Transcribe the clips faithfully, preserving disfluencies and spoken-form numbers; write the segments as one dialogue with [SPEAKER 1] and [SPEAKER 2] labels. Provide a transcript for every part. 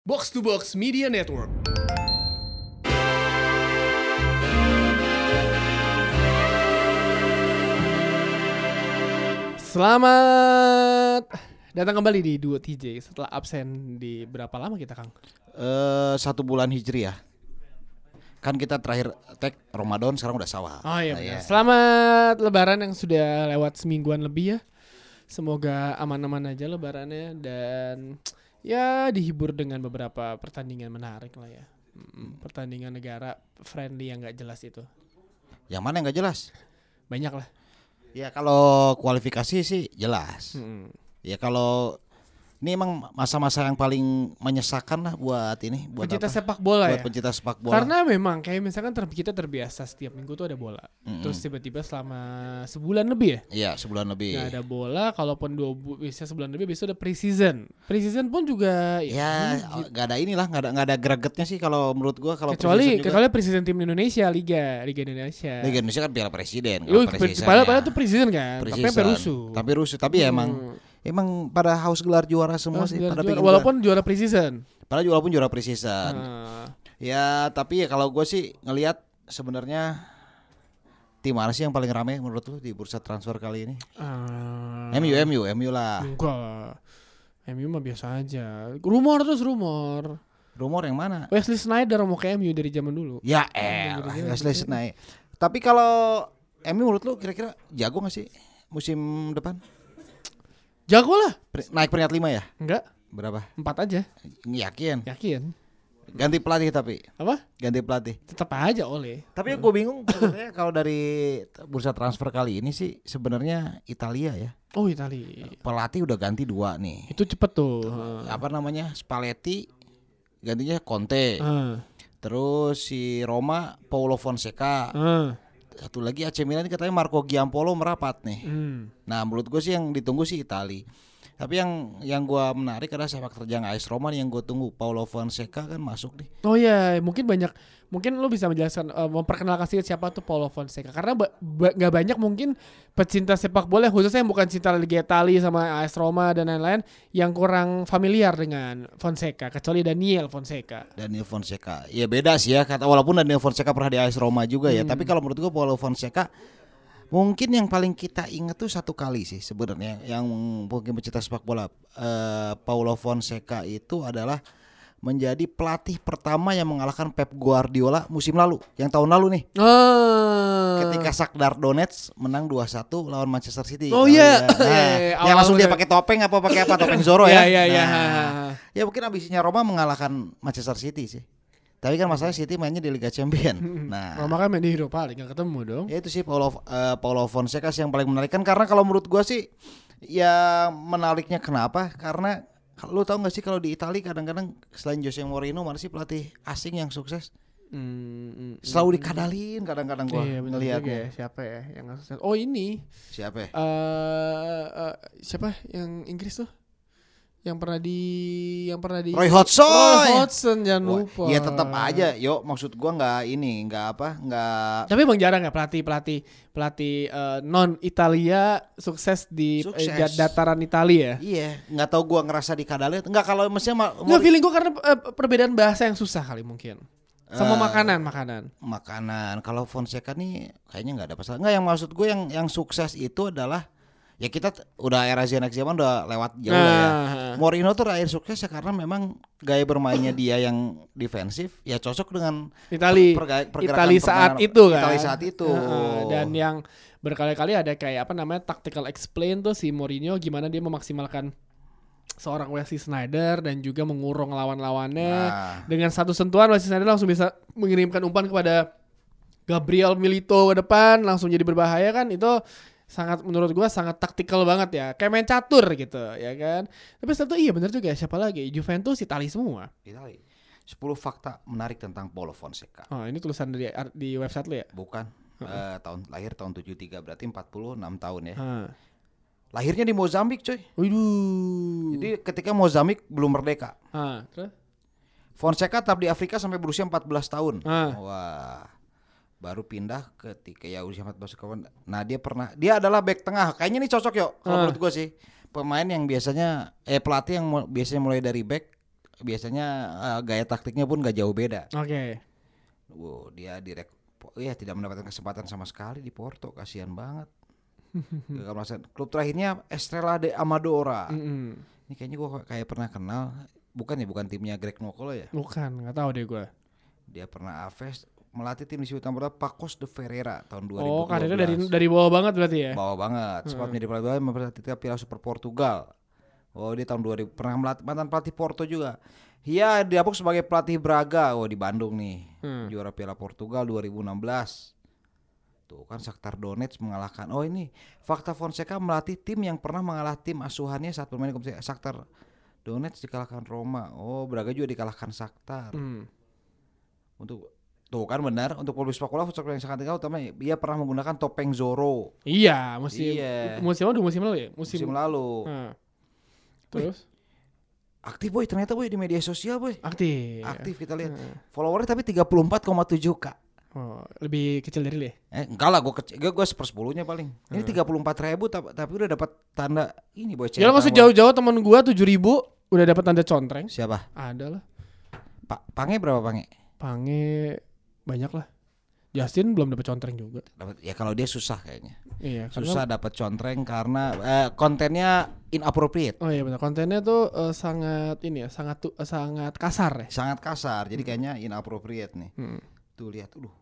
[SPEAKER 1] Box to Box Media Network. Selamat datang kembali di Duo T J setelah absen di berapa lama kita, Kang?
[SPEAKER 2] Uh, satu bulan Hijriah. Kan kita terakhir tag Ramadan, sekarang udah sawah.
[SPEAKER 1] Oh iya
[SPEAKER 2] nah,
[SPEAKER 1] benar.
[SPEAKER 2] ya.
[SPEAKER 1] Selamat Lebaran yang sudah lewat semingguan lebih ya. Semoga aman-aman aja Lebarannya dan ya dihibur dengan beberapa pertandingan menarik lah ya. Pertandingan negara friendly yang nggak jelas itu.
[SPEAKER 2] Yang mana yang nggak jelas?
[SPEAKER 1] Banyak lah.
[SPEAKER 2] Ya kalau kualifikasi sih jelas.
[SPEAKER 1] Hmm.
[SPEAKER 2] Ya kalau ini emang masa-masa yang paling menyesakan lah buat ini, buat
[SPEAKER 1] pencinta
[SPEAKER 2] apa?
[SPEAKER 1] sepak bola
[SPEAKER 2] buat
[SPEAKER 1] ya.
[SPEAKER 2] pencinta sepak bola.
[SPEAKER 1] Karena memang kayak misalkan ter- kita terbiasa setiap minggu tuh ada bola.
[SPEAKER 2] Mm-mm.
[SPEAKER 1] Terus tiba-tiba selama sebulan lebih ya.
[SPEAKER 2] Iya sebulan lebih.
[SPEAKER 1] Nggak ada bola, kalaupun dua bu- bisa sebulan lebih, besok ada pre-season. Pre-season pun juga
[SPEAKER 2] Ya
[SPEAKER 1] hmm,
[SPEAKER 2] nggak ada inilah, nggak ada nggak ada gregetnya sih kalau menurut gua kalau
[SPEAKER 1] kecuali
[SPEAKER 2] pre-season juga.
[SPEAKER 1] kecuali pre-season tim Indonesia, Liga Liga Indonesia.
[SPEAKER 2] Liga Indonesia kan Piala Presiden.
[SPEAKER 1] Yuk,
[SPEAKER 2] kalau pre-season
[SPEAKER 1] padahal
[SPEAKER 2] ya.
[SPEAKER 1] padahal itu pre-season kan, tapi sampai rusuh.
[SPEAKER 2] Tapi rusuh, tapi ya emang
[SPEAKER 1] Hmm.
[SPEAKER 2] emang pada haus gelar juara semua
[SPEAKER 1] Harus
[SPEAKER 2] sih.
[SPEAKER 1] juara-
[SPEAKER 2] Pada
[SPEAKER 1] juara,
[SPEAKER 2] pengen
[SPEAKER 1] walaupun juara pre-season.
[SPEAKER 2] juara. Padahal walaupun juara pre-season.
[SPEAKER 1] Ah.
[SPEAKER 2] Ya tapi ya kalau gue sih ngelihat sebenarnya tim mana sih yang paling ramai menurut lu di bursa transfer kali ini?
[SPEAKER 1] Ah.
[SPEAKER 2] M U M U M U lah.
[SPEAKER 1] Enggak. M U mah biasa aja. Rumor terus rumor.
[SPEAKER 2] Rumor yang mana?
[SPEAKER 1] Wesley Sneijder mau ke M U dari zaman dulu.
[SPEAKER 2] Ya eh Wesley Sneijder. Tapi kalau M U menurut lu kira-kira jago gak sih musim depan?
[SPEAKER 1] Jago lah.
[SPEAKER 2] Per- naik peringkat lima ya?
[SPEAKER 1] Enggak,
[SPEAKER 2] Berapa?
[SPEAKER 1] empat aja.
[SPEAKER 2] Yakin?
[SPEAKER 1] Yakin.
[SPEAKER 2] Ganti pelatih tapi
[SPEAKER 1] Apa?
[SPEAKER 2] ganti pelatih.
[SPEAKER 1] Tetap aja oleh.
[SPEAKER 2] Tapi gue bingung sebenarnya kalau dari bursa transfer kali ini sih sebenarnya Italia ya.
[SPEAKER 1] Oh, Itali.
[SPEAKER 2] Pelatih udah ganti dua nih.
[SPEAKER 1] Itu cepet tuh.
[SPEAKER 2] Apa namanya? Spalletti gantinya Conte.
[SPEAKER 1] Ah.
[SPEAKER 2] Terus si Roma Paulo Fonseca.
[SPEAKER 1] Ah.
[SPEAKER 2] Satu lagi A C Milan katanya Marco Giampolo merapat nih.
[SPEAKER 1] Hmm.
[SPEAKER 2] Nah, menurut gue sih yang ditunggu sih Itali. Tapi yang yang gue menarik adalah sepak terjang A S Roma nih yang gue tunggu. Paulo Fonseca kan masuk nih.
[SPEAKER 1] Oh iya, mungkin banyak, mungkin lu bisa menjelaskan, uh, memperkenalkan sedikit siapa tuh Paulo Fonseca. Karena ba- ba- gak banyak mungkin pecinta sepak bola, khususnya yang bukan cinta Liga Italia sama A S Roma dan lain-lain, yang kurang familiar dengan Fonseca, kecuali Daniel Fonseca.
[SPEAKER 2] Daniel Fonseca. Ya beda sih ya. Kata walaupun Daniel Fonseca pernah di A S Roma juga ya.
[SPEAKER 1] Hmm.
[SPEAKER 2] Tapi kalau menurut gue Paulo Fonseca mungkin yang paling kita ingat tuh satu kali sih sebenarnya yang mungkin pecinta sepak bola. Uh, Paulo Fonseca itu adalah menjadi pelatih pertama yang mengalahkan Pep Guardiola musim lalu, yang tahun lalu nih.
[SPEAKER 1] Oh.
[SPEAKER 2] Ketika Shakhtar Donetsk menang dua satu lawan Manchester City.
[SPEAKER 1] Oh iya.
[SPEAKER 2] Nah,
[SPEAKER 1] Eh,
[SPEAKER 2] yang langsung dia
[SPEAKER 1] awal-awal.
[SPEAKER 2] pakai topeng apa pakai apa topeng Zorro ya.
[SPEAKER 1] Iya, iya, iya.
[SPEAKER 2] Nah, ya mungkin ambisinya Roma mengalahkan Manchester City sih. Tapi kan masalahnya City mainnya di Liga Champion. Nah,
[SPEAKER 1] Roma kan main di Europa League, gak ketemu dong.
[SPEAKER 2] ya itu sih Paulo uh, Paulo Fonseca sih yang paling menarik kan, karena kalau menurut gua sih ya menariknya kenapa? Karena lu tahu nggak sih kalau di Italia kadang-kadang selain Jose Mourinho mana sih pelatih asing yang sukses?
[SPEAKER 1] Hmm, hmm,
[SPEAKER 2] Selalu dikadalin kadang-kadang gua
[SPEAKER 1] iya, bener juga ya.
[SPEAKER 2] ngelihatnya.
[SPEAKER 1] Siapa ya yang nggak sukses? Oh ini,
[SPEAKER 2] Siapa? Ya?
[SPEAKER 1] eh eh, siapa yang Inggris tuh? Yang pernah di, yang pernah di.
[SPEAKER 2] Roy Hodgson.
[SPEAKER 1] Roy Hodgson, jangan
[SPEAKER 2] Wah,
[SPEAKER 1] lupa.
[SPEAKER 2] ya tetap aja, yo maksud gua nggak ini, nggak apa, nggak
[SPEAKER 1] Tapi bang jarang ya pelatih pelatih pelatih eh, non Italia sukses di
[SPEAKER 2] Sukses.
[SPEAKER 1] eh, da- dataran Italia.
[SPEAKER 2] iya, nggak tahu gua ngerasa dikadalin. Nggak, kalau mestinya ma-
[SPEAKER 1] Nggak, feeling gue karena eh, perbedaan bahasa yang susah kali mungkin. Sama
[SPEAKER 2] Eh,
[SPEAKER 1] makanan makanan.
[SPEAKER 2] makanan. Kalau Fonseca nih kayaknya nggak ada masalah. Nggak, yang maksud gue yang yang sukses itu adalah ya kita t- udah era Gen X zaman udah lewat jauh lah ya.
[SPEAKER 1] Nah,
[SPEAKER 2] Mourinho tuh terakhir sukses ya karena memang gaya bermainnya dia yang defensif ya cocok dengan
[SPEAKER 1] Itali
[SPEAKER 2] perga- pergerakan
[SPEAKER 1] Itali saat
[SPEAKER 2] permainan
[SPEAKER 1] itu kan.
[SPEAKER 2] Itali saat itu.
[SPEAKER 1] Heeh, dan yang berkali-kali ada kayak apa namanya tactical explain tuh si Mourinho gimana dia memaksimalkan seorang Wesley Sneijder dan juga mengurung lawan-lawannya.
[SPEAKER 2] Nah,
[SPEAKER 1] Dengan satu sentuhan Wesley Sneijder langsung bisa mengirimkan umpan kepada Gabriel Milito ke depan, langsung jadi berbahaya kan. Itu sangat, menurut gua sangat taktikal banget ya, kayak main catur gitu ya kan. Tapi setelah itu iya benar juga, siapa lagi, Juventus Itali semua.
[SPEAKER 2] Itali. sepuluh fakta menarik tentang Paulo Fonseca.
[SPEAKER 1] Oh ini tulisan dari di website lu ya.
[SPEAKER 2] Bukan. Eh, tahun lahir tahun tujuh puluh tiga berarti empat puluh enam tahun ya.
[SPEAKER 1] Hah.
[SPEAKER 2] Lahirnya di Mozambik, coy.
[SPEAKER 1] Waduh.
[SPEAKER 2] Jadi ketika Mozambik belum merdeka.
[SPEAKER 1] Ah, terus?
[SPEAKER 2] Fonseca tetap di Afrika sampai berusia empat belas tahun.
[SPEAKER 1] Ah.
[SPEAKER 2] Wah. Baru pindah ketika ya usia empat belas tahun. Nah, dia pernah dia adalah back tengah. Kayaknya ini cocok, yuk. Kalau
[SPEAKER 1] Ah.
[SPEAKER 2] menurut gue sih. Pemain yang biasanya eh pelatih yang mu- biasanya mulai dari back biasanya uh, gaya taktiknya pun gak jauh beda.
[SPEAKER 1] Oke. Okay.
[SPEAKER 2] Wow, dia direk ya tidak mendapatkan kesempatan sama sekali di Porto, kasihan banget. Klub terakhirnya Estrela de Amadora.
[SPEAKER 1] Mm-hmm.
[SPEAKER 2] Ini kayaknya gue kayak pernah kenal. Bukan ya, bukan timnya Greg Nocolo ya?
[SPEAKER 1] Bukan, nggak tahu deh gue.
[SPEAKER 2] Dia pernah Aves melatih tim di Ciutan Bola Pacos de Ferreira tahun dua ribu dua belas.
[SPEAKER 1] Oh, karirnya dari dari bawah banget berarti ya?
[SPEAKER 2] Bawah banget. Sempat hmm. menjadi pelatih memperhati Piala Super Portugal. Oh, dia tahun dua ribu pernah melatih mantan pelatih Porto juga. Ia didapuk sebagai pelatih Braga. Oh, di Bandung nih. Hmm. Juara Piala Portugal dua ribu enam belas. Tuh kan Shakhtar Donetsk mengalahkan. Oh, ini fakta Fonseca melatih tim yang pernah mengalah tim asuhannya saat bermain di kompetisi. Shakhtar Donetsk dikalahkan Roma. Oh, Braga juga dikalahkan Shakhtar. Hmm. Untuk tuh kan benar, untuk pebulu sepak bola futsal yang sangat tinggal utama ia pernah menggunakan topeng Zorro.
[SPEAKER 1] Iya, musim
[SPEAKER 2] iya.
[SPEAKER 1] musim lalu musim lalu ya? Musim,
[SPEAKER 2] musim lalu.
[SPEAKER 1] Hmm. Terus
[SPEAKER 2] Wih, aktif boy, ternyata boy di media sosial boy.
[SPEAKER 1] Aktif.
[SPEAKER 2] Aktif kita lihat. Hmm. Followernya tapi tiga puluh empat koma tujuh K.
[SPEAKER 1] Oh, lebih kecil dari lu ya?
[SPEAKER 2] Eh, enggak lah, gue kecil, gue sepersepuluhnya paling. Hmm. Ini tiga puluh empat ribu tapi, tapi udah dapat tanda ini boy.
[SPEAKER 1] Ya nggak usah jauh-jauh, teman gue tujuh ribu udah dapat tanda contreng.
[SPEAKER 2] Siapa?
[SPEAKER 1] Ada lah.
[SPEAKER 2] Pak Pange berapa Pange?
[SPEAKER 1] Pange banyak lah. Justin belum dapat contreng juga.
[SPEAKER 2] Dapat ya, kalau dia susah kayaknya.
[SPEAKER 1] Iya,
[SPEAKER 2] susah dapat contreng karena eh, kontennya inappropriate.
[SPEAKER 1] Oh iya benar, kontennya tuh uh, sangat ini ya, sangat uh, sangat kasar ya.
[SPEAKER 2] Sangat kasar. Jadi kayaknya inappropriate nih. Hmm. Tuh lihat, aduh.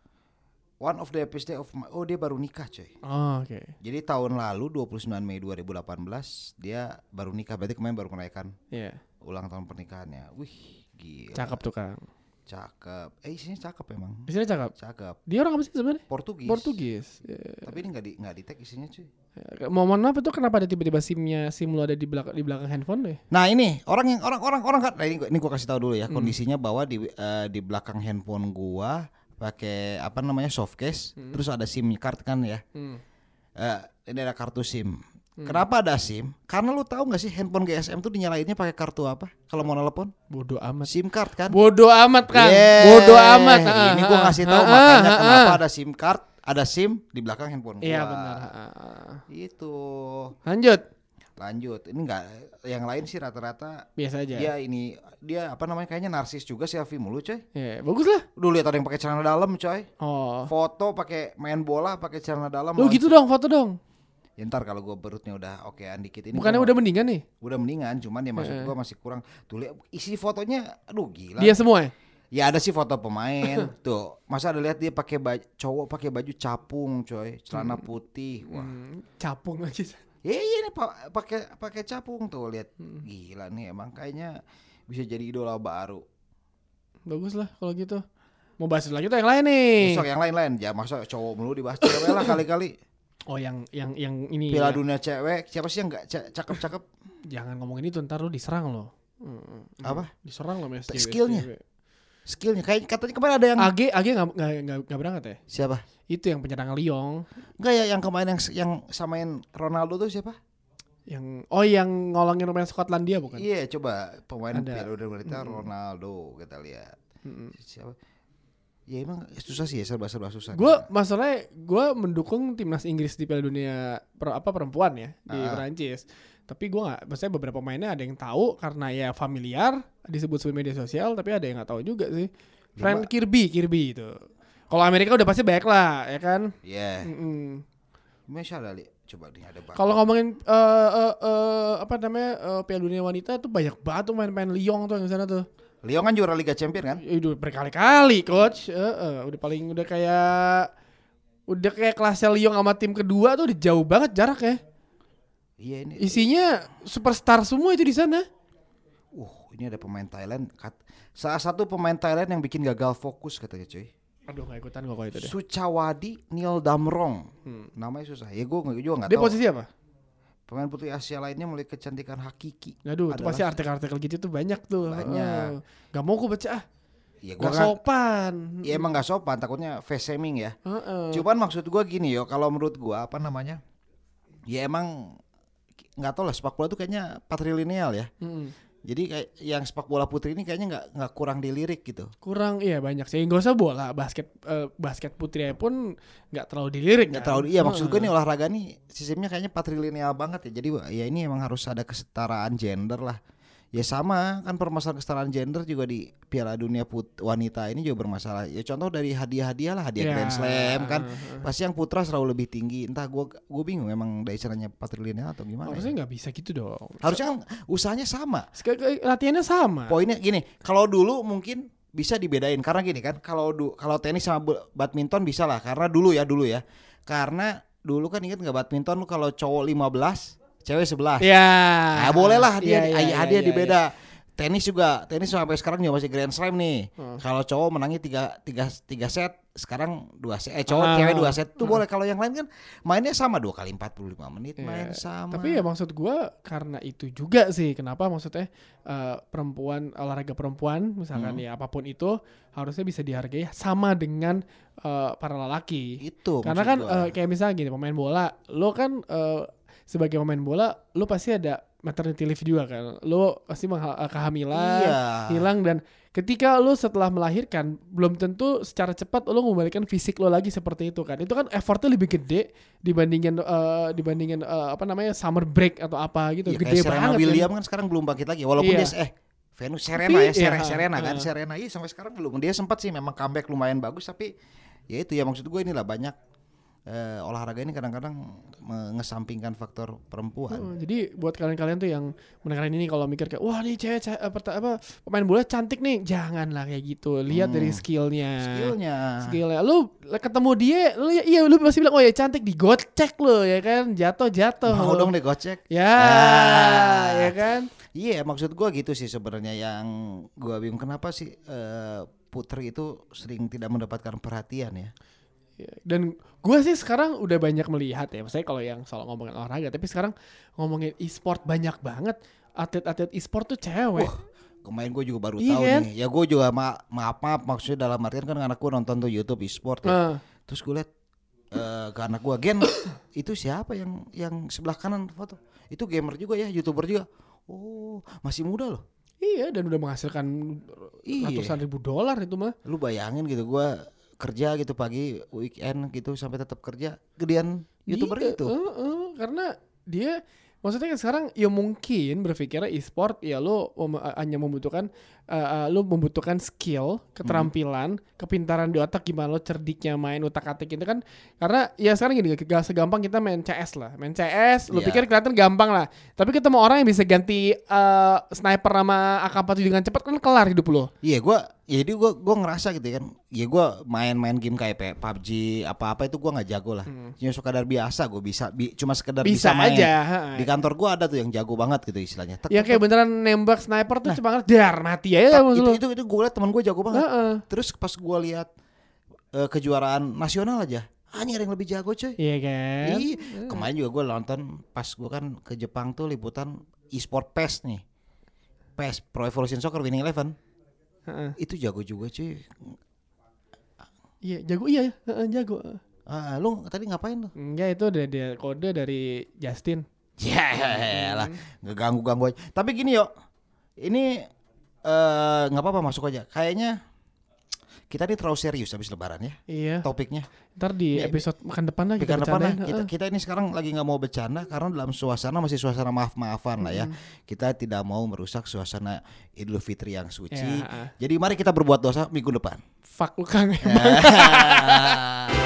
[SPEAKER 2] One of the episode of my, oh dia baru nikah coy.
[SPEAKER 1] Oh, oke. Okay.
[SPEAKER 2] Jadi tahun lalu dua puluh sembilan Mei dua ribu delapan belas dia baru nikah, berarti kemarin baru merayakan yeah. ulang tahun pernikahannya. Wih, gila.
[SPEAKER 1] Cakep tuh Kang.
[SPEAKER 2] Cakep. Eh isinya cakep emang.
[SPEAKER 1] Isinya cakep.
[SPEAKER 2] Cakep.
[SPEAKER 1] Dia orang apa sih sebenarnya?
[SPEAKER 2] Portugis.
[SPEAKER 1] Portugis. Yeah.
[SPEAKER 2] Tapi ini nggak di nggak di tag isinya cuy.
[SPEAKER 1] Ya, mohon maaf itu kenapa ada tiba-tiba simnya sim lu ada di belakang di belakang handphone deh?
[SPEAKER 2] Nah ini orang yang orang orang orang kan, nah ini gua, ini gua kasih tahu dulu ya hmm. kondisinya bahwa di uh, di belakang handphone gua pakai apa namanya soft case, hmm. terus ada SIM card kan ya. Hmm. Uh, ini ada kartu SIM. Hmm. Kenapa ada SIM? Karena lu tahu nggak sih handphone G S M tuh dinyalainnya pakai kartu apa? Kalau mau nelpon?
[SPEAKER 1] Bodoh amat.
[SPEAKER 2] SIM card kan?
[SPEAKER 1] Bodoh amat kan?
[SPEAKER 2] Yeah.
[SPEAKER 1] Bodoh amat.
[SPEAKER 2] Ini gua ngasih tahu makanya kenapa ada SIM card, ada SIM di belakang handphone gua.
[SPEAKER 1] Iya benar.
[SPEAKER 2] Itu.
[SPEAKER 1] Lanjut.
[SPEAKER 2] Lanjut. Ini enggak, yang lain sih rata-rata
[SPEAKER 1] biasa aja.
[SPEAKER 2] Dia ini dia apa namanya kayaknya narsis juga, selfie mulu coy.
[SPEAKER 1] Iya, yeah, bagus lah.
[SPEAKER 2] Dulu lihat ada yang pakai celana dalam coy.
[SPEAKER 1] Oh.
[SPEAKER 2] Foto pakai main bola pakai celana dalam.
[SPEAKER 1] Lu gitu dong, foto dong.
[SPEAKER 2] Ya, ntar kalau gua perutnya udah okean dikit ini.
[SPEAKER 1] Bukannya udah mendingan nih?
[SPEAKER 2] Udah mendingan, cuman ya maksud gua masih kurang. Tuh lihat isi fotonya, aduh gila.
[SPEAKER 1] Dia semua ya?
[SPEAKER 2] Ya ada sih foto pemain. Tuh, masa ada lihat dia pakai baju cowok pakai baju capung coy, celana putih. Wah. Hmm,
[SPEAKER 1] capung lagi.
[SPEAKER 2] Ya iya nih pakai pakai capung tuh, lihat. Hmm. Gila nih emang kayaknya bisa jadi idola baru.
[SPEAKER 1] Bagus lah kalau gitu. Mau bahas lagi tuh yang lain nih.
[SPEAKER 2] Besok yang lain-lain. Ya masa cowok mulu dibahas cewek lah kali-kali.
[SPEAKER 1] Oh yang yang yang ini
[SPEAKER 2] Piala
[SPEAKER 1] ya.
[SPEAKER 2] Dunia cewek, siapa sih yang enggak cakep-cakep?
[SPEAKER 1] Jangan ngomongin itu, ntar lu diserang lo. Hmm.
[SPEAKER 2] Apa?
[SPEAKER 1] Diserang lo mas.
[SPEAKER 2] Skillnya. Skillnya kayak katanya kemarin ada yang
[SPEAKER 1] A G A G nggak nggak nggak berangkat ya?
[SPEAKER 2] Siapa?
[SPEAKER 1] Itu yang penyerang Lyon.
[SPEAKER 2] Enggak ya, yang kemarin yang yang samain Ronaldo tuh siapa?
[SPEAKER 1] Yang oh yang ngolongin pemain Skotlandia bukan?
[SPEAKER 2] Iya, coba pemain Piala Dunia wanita
[SPEAKER 1] hmm.
[SPEAKER 2] Ronaldo kita lihat.
[SPEAKER 1] Hmm.
[SPEAKER 2] Siapa? Ya emang susah sih ya, serba-serba susah.
[SPEAKER 1] Gue masalahnya gue mendukung timnas Inggris di Piala Dunia per, apa perempuan ya di uh. Perancis. Tapi gue nggak, maksudnya beberapa pemainnya ada yang tahu karena ya familiar disebut sebagai media sosial, tapi ada yang nggak tahu juga sih. Frank Kirby, Kirby itu. Kalau Amerika udah pasti banyak lah, ya kan?
[SPEAKER 2] Iya. Yeah. Masya Allah, coba nih ada.
[SPEAKER 1] Kalau ngomongin uh, uh, uh, apa namanya uh, Piala Dunia wanita tuh banyak banget tuh main-main Lyon tuh yang sana tuh.
[SPEAKER 2] Lyon kan juara Liga Champions kan?
[SPEAKER 1] Udah berkali-kali coach, uh, uh, udah paling udah kayak udah kayak kelasnya Lyon sama tim kedua tuh udah jauh banget jaraknya.
[SPEAKER 2] Iya ini.
[SPEAKER 1] Isinya superstar semua itu di sana.
[SPEAKER 2] Uh, ini ada pemain Thailand. Salah satu pemain Thailand yang bikin gagal fokus katanya cuy.
[SPEAKER 1] Aduh gak ikutan gue kalau itu deh.
[SPEAKER 2] Suchawadi Neil Damrong. Hmm. Namanya susah. Ya gue juga gak tahu.
[SPEAKER 1] Dia posisi apa?
[SPEAKER 2] Pemain putri Asia lainnya mulai kecantikan hakiki.
[SPEAKER 1] Aduh, itu pasti artikel-artikel gitu tuh banyak tuh.
[SPEAKER 2] Banyak.
[SPEAKER 1] Oh, gak mau gue baca ah.
[SPEAKER 2] Ya,
[SPEAKER 1] gak sopan.
[SPEAKER 2] Ya emang gak sopan, takutnya face shaming ya.
[SPEAKER 1] Uh-uh.
[SPEAKER 2] Cuman maksud gue gini yo, kalau menurut gue apa namanya? Ya emang nggak tahu lah, sepak bola tuh kayaknya patrilineal ya. Mm. Jadi kayak yang sepak bola putri ini kayaknya nggak nggak kurang dilirik gitu.
[SPEAKER 1] Kurang, iya banyak sih. Gak usah bola, basket uh, basket putri pun nggak terlalu dilirik.
[SPEAKER 2] Nggak kan? terlalu. Iya maksud gue nih olahraga nih sistemnya kayaknya patrilineal banget ya. Jadi ya ini emang harus ada kesetaraan gender lah. Ya sama kan permasalahan kesetaraan gender juga di Piala Dunia put wanita ini juga bermasalah. Ya contoh dari hadiah-hadiah lah, hadiah
[SPEAKER 1] Ya.
[SPEAKER 2] Grand Slam kan. Pasti yang putra selalu lebih tinggi. Entah gua gua bingung emang dari caranya empat triliunnya atau gimana.
[SPEAKER 1] Harusnya
[SPEAKER 2] Ya?
[SPEAKER 1] nggak bisa gitu dong.
[SPEAKER 2] Harusnya kan usahanya sama.
[SPEAKER 1] Sekali latihannya sama.
[SPEAKER 2] Poinnya gini, kalau dulu mungkin bisa dibedain karena gini kan, kalau du- kalau tenis sama bu- badminton bisa lah karena dulu ya dulu ya. Karena dulu kan ingat nggak badminton lu kalau cowok lima belas cewek sebelas.
[SPEAKER 1] Ya.
[SPEAKER 2] Nah, boleh lah dia
[SPEAKER 1] Iya, iya,
[SPEAKER 2] hadiah
[SPEAKER 1] iya,
[SPEAKER 2] di
[SPEAKER 1] iya.
[SPEAKER 2] beda. Tenis juga, tenis sampai sekarang juga masih Grand Slam nih.
[SPEAKER 1] Hmm.
[SPEAKER 2] Kalau cowok menangnya tiga tiga tiga set, sekarang dua set. Eh cowok
[SPEAKER 1] Ah.
[SPEAKER 2] cewek dua set tuh boleh. Kalau yang lain kan mainnya sama dua kali empat puluh lima menit
[SPEAKER 1] Iya.
[SPEAKER 2] main sama.
[SPEAKER 1] Tapi ya maksud gua karena itu juga sih kenapa maksudnya eh, perempuan olahraga perempuan misalkan
[SPEAKER 2] Hmm.
[SPEAKER 1] ya apapun itu harusnya bisa dihargai sama dengan eh, para lelaki.
[SPEAKER 2] Itu
[SPEAKER 1] Karena
[SPEAKER 2] maksud
[SPEAKER 1] kan
[SPEAKER 2] gua.
[SPEAKER 1] eh, kayak misalnya gini pemain bola, lo kan eh, sebagai pemain bola lo pasti ada maternity leave juga kan. Lo pasti mengha- eh, kehamilan,
[SPEAKER 2] Iya.
[SPEAKER 1] hilang dan ketika lo setelah melahirkan belum tentu secara cepat lo mengembalikan fisik lo lagi seperti itu kan. Itu kan effortnya lebih gede dibandingin eh, dibandingin eh, apa namanya summer break atau apa gitu.
[SPEAKER 2] Iya,
[SPEAKER 1] Gede
[SPEAKER 2] kayak Serena
[SPEAKER 1] banget
[SPEAKER 2] Williams
[SPEAKER 1] kan.
[SPEAKER 2] kan sekarang belum bangkit lagi walaupun
[SPEAKER 1] Iya.
[SPEAKER 2] dia eh Venus Serena ya,
[SPEAKER 1] Iya,
[SPEAKER 2] Serena, Serena kan,
[SPEAKER 1] uh.
[SPEAKER 2] Serena iya sampai sekarang belum. Dia sempat sih memang comeback lumayan bagus tapi ya itu ya maksud gue inilah banyak eh, olahraga ini kadang-kadang mengesampingkan faktor perempuan.
[SPEAKER 1] Oh, jadi buat kalian-kalian tuh yang mendengarin ini kalau mikir kayak wah nih cewek ce- apa, apa pemain bola cantik nih, janganlah kayak gitu. Lihat
[SPEAKER 2] Hmm.
[SPEAKER 1] dari skillnya.
[SPEAKER 2] Skillnya.
[SPEAKER 1] Skillnya. Lu ketemu dia, lu ya, iya lu pasti bilang oh ya cantik, digocek lu ya kan, jatuh-jatuh.
[SPEAKER 2] Mau
[SPEAKER 1] lu.
[SPEAKER 2] dong deh gocek.
[SPEAKER 1] Ya,
[SPEAKER 2] Ah.
[SPEAKER 1] ya kan.
[SPEAKER 2] Iya, maksud gua gitu sih sebenarnya yang gua bingung kenapa sih eh, putri itu sering tidak mendapatkan perhatian ya.
[SPEAKER 1] Dan gue sih sekarang udah banyak melihat ya, misalnya kalau yang soal ngomongin olahraga, tapi sekarang ngomongin e-sport banyak banget atlet-atlet e-sport tuh cewek.
[SPEAKER 2] Wah, kemarin gue juga baru
[SPEAKER 1] Iya
[SPEAKER 2] tahu
[SPEAKER 1] kan?
[SPEAKER 2] nih. Ya gue juga ma- maaf maaf maksudnya dalam artian kan anak gue nonton tuh YouTube e-sport ya.
[SPEAKER 1] Nah,
[SPEAKER 2] Terus gue liat eh, ke anak gue Gen itu siapa yang yang sebelah kanan foto? Itu gamer juga ya, YouTuber juga. Oh, masih muda loh.
[SPEAKER 1] iya dan udah menghasilkan
[SPEAKER 2] Iya.
[SPEAKER 1] ratusan ribu dolar itu mah.
[SPEAKER 2] Lu bayangin gitu gue kerja gitu pagi weekend gitu sampai tetap kerja gedean YouTuber
[SPEAKER 1] Iya,
[SPEAKER 2] itu.
[SPEAKER 1] uh, uh, karena dia maksudnya kan sekarang ya mungkin berpikirnya e-sport ya lo mem- hanya membutuhkan uh, uh, lo membutuhkan skill, keterampilan, kepintaran di otak gimana lo cerdiknya main utak-atik itu kan karena ya sekarang gini gak segampang kita main C S lah. Main C S lo
[SPEAKER 2] Iya.
[SPEAKER 1] pikir kelihatan gampang lah. Tapi ketemu orang yang bisa ganti uh, sniper sama A K empat tujuh dengan cepat kan kelar hidup lo.
[SPEAKER 2] Iya gue, ya jadi gue gue ngerasa gitu kan, ya gue main-main game kayak P- P U B G apa-apa itu gue nggak jago lah, cuma sekadar biasa gue bisa, bi- cuma sekedar bisa,
[SPEAKER 1] Bisa
[SPEAKER 2] main.
[SPEAKER 1] aja. ha.
[SPEAKER 2] Di kantor gue ada tuh yang jago banget gitu istilahnya. Tek,
[SPEAKER 1] Yang
[SPEAKER 2] tek,
[SPEAKER 1] kayak beneran nembak sniper tuh cuma dar mati aja
[SPEAKER 2] tek.
[SPEAKER 1] maksud
[SPEAKER 2] itu
[SPEAKER 1] lo.
[SPEAKER 2] itu itu gue liat teman gue jago banget.
[SPEAKER 1] Heeh.
[SPEAKER 2] Terus pas gue lihat eh, kejuaraan nasional aja, ah ini ada yang lebih jago coy.
[SPEAKER 1] Iya kan?
[SPEAKER 2] Iya, kemarin juga gue nonton pas gue kan ke Jepang tuh liputan e-sport P E S nih, P E S Pro Evolution Soccer Winning Eleven.
[SPEAKER 1] Heeh.
[SPEAKER 2] Itu jago juga cuy.
[SPEAKER 1] Iya, jago iya, ya. Heeh, jago.
[SPEAKER 2] Ah, lu tadi ngapain lu?
[SPEAKER 1] Enggak itu udah ada kode dari Justin.
[SPEAKER 2] Ya lah, ngeganggu-ganggu aja. Tapi gini yuk, ini eh, nggak apa-apa masuk aja. Kayaknya kita ini terlalu serius habis lebaran ya
[SPEAKER 1] Iya.
[SPEAKER 2] topiknya.
[SPEAKER 1] Ntar di
[SPEAKER 2] Ya,
[SPEAKER 1] episode makan depan lah kita
[SPEAKER 2] Pekan depan lah,
[SPEAKER 1] bercandain.
[SPEAKER 2] kita,
[SPEAKER 1] Heeh.
[SPEAKER 2] kita ini sekarang lagi nggak mau bercanda karena dalam suasana masih suasana maaf-maafan lah ya. Kita tidak mau merusak suasana Idul Fitri yang suci.
[SPEAKER 1] Ya, ah.
[SPEAKER 2] Jadi mari kita berbuat dosa minggu depan.
[SPEAKER 1] Fuck lu Kang.
[SPEAKER 2] Ya.